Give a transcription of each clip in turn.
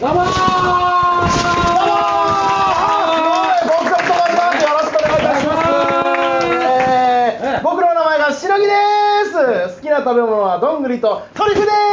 どうもー僕ととまります。よろしくお願いいたします。僕の名前がしのぎです。好きな食べ物はどんぐりとトリュフです。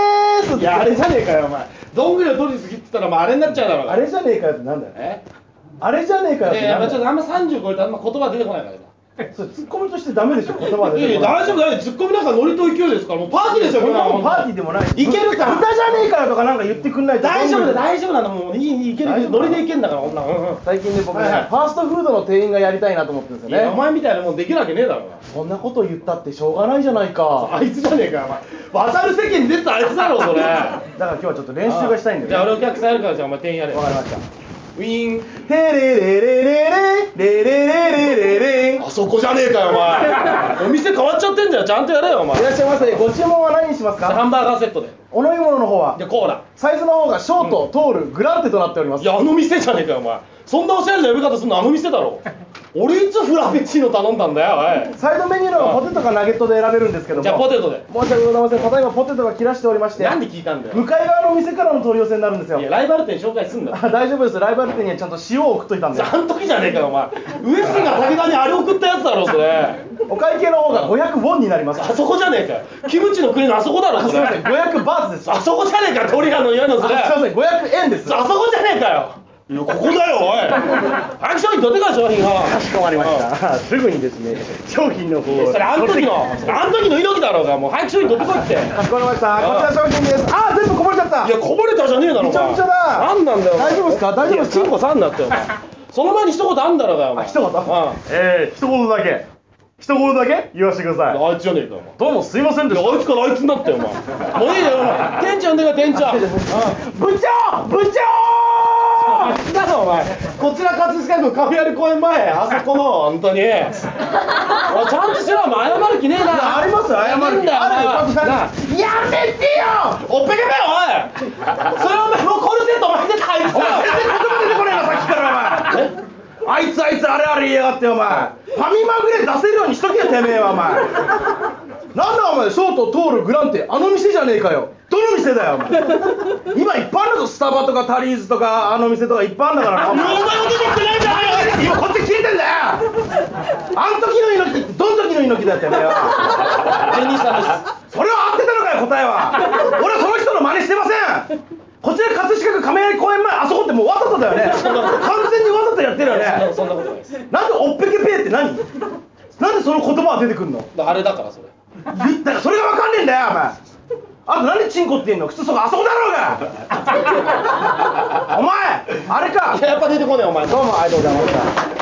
いや、あれじゃねえかよお前。どんぐりを取りすぎって言ったら、まあ、あれになっちゃうだろうが。 あれじゃねえかよってなんだよ。あれじゃねえかよってなんだよ。 ちょっとあんま30超えてあんま言葉出てこないから。 それツッコミとしてダメでしょ、言葉で。 いやいや、大丈夫だよ。ツッコミなんかノリと勢いですから、もうパーティーですよ。 こんなもんパーティーでもない。 いけるか。 豚じゃねえかよとかなんか言ってくんないと。 大丈夫だ、大丈夫なの。もういける。ノリでいけんだから、こんなの。 最近ね、僕ね、ファーストフードの店員がやりたいなと思ってるんですよね。 お前みたいなもんできるわけねえだろ。 そんなこと言ったってしょうがないじゃないか。 あいつじゃねえかよ、お前。渡る世間に出てたあいつだろ、それ。だから今日はちょっと練習がしたいんだよ。 じゃあ俺お客さんやるから、じゃあお前店員やれ。 わかりました。 ウィーン。 テレレレレレレレレレレン。 あそこじゃねえかよ、お前。お店変わっちゃってんじゃん。ちゃんとやれよ、お前。 いらっしゃいませ。ご注文は何にしますか？ ハンバーガーセットで。 お飲み物の方は？ で、コーラ。 サイズの方がショート、トール、グランテとなっております。 いや、あの店じゃねえかよ、お前。そんなおしゃれな呼び方するのあの店だろ。俺いつフラペチーノ頼んだんだよ、おい。 サイドメニューのポテトかナゲットで選べるんですけども。 じゃあポテトで。 申し訳ございません。ただいまポテトが切らしておりまして。 なんで聞いたんだよ。 向かい側の店からの取り寄せになるんですよ。 いや、ライバル店紹介すんだよ。 大丈夫です。ライバル店にはちゃんと塩を送っといたんで。 あん時じゃねえかよ、お前。上杉が武田にあれ送ったやつだろ、それ。 お会計の方が500ウォンになります。 あそこじゃねえかよ。キムチの国のあそこだろ、それ。 すみません、500バーツです。 あそこじゃねえかよ、トリアの匂いのそれ。 すみません、500円です。 あそこじゃねえかよ。いや、ここだよ、おい。早く商品取ってから商品が。 かしこまりました。すぐにですね、商品の方を。 それあん時の猪木だろうが、もう早く商品取ってこいって。 かしこまりました。こちら商品です。あ、全部こぼれちゃった。 いや、こぼれたじゃねえだろ、お前。 びちゃびちゃだ。 なんなんだよ。 大丈夫ですか？大丈夫ですか？ チンコさんなってお前。その前に一言あんだろうが、お前。 一言。一言だけ。一言だけ言わせてください。 あいつじゃねえか、お前。 どうもすいませんでした。 あいつからあいつになったよ、お前。もういいよ、お前。店長呼んでくれ、店長。 部長部長だぞ、お前。こちら葛飾区亀有公園前、あそこの、本当に。おい、ちゃんとしろ、お前。謝る気ねえな。 ありますよ、謝る気。 あるよ、やめてよ。おっぺけめよ、おい。それお前、もうコルセット巻いてた、あいつ。 お前、全然言葉出てこねえな、さっきからお前。あいつあれ言いやがってお前。ファミマグレ出せるようにしとけよ、てめえはお前。なんだお前、ショート、トール、グランテ、あの店じゃねえかよ。どの店だよお前。今いっぱいあるぞ、スタバとかタリーズとかあの店とかいっぱいあるんだからな。お前お前出てきてないじゃないよ。 今こっち切れてんだよ。あん時の猪木ってどん時の猪木だよ、てめえは。 ジェニーさんです。 それは合ってたのかよ、答えは。俺はその人の真似してません。こちら葛飾区亀有公園前、あそこってもうわざとだよね。完全にわざとやってるよね。 そんなことないです。 なんでおっぺけぺーって何？なんでその言葉は出てくんの？ あれだから、それ。 だからそれがわかんねえんだよ、お前。あとなんでチンコって言んの？普通そこあそこだろうが。お前、あれか。 いや、やっぱ出てこねえ、お前。 どうもありがとうございました。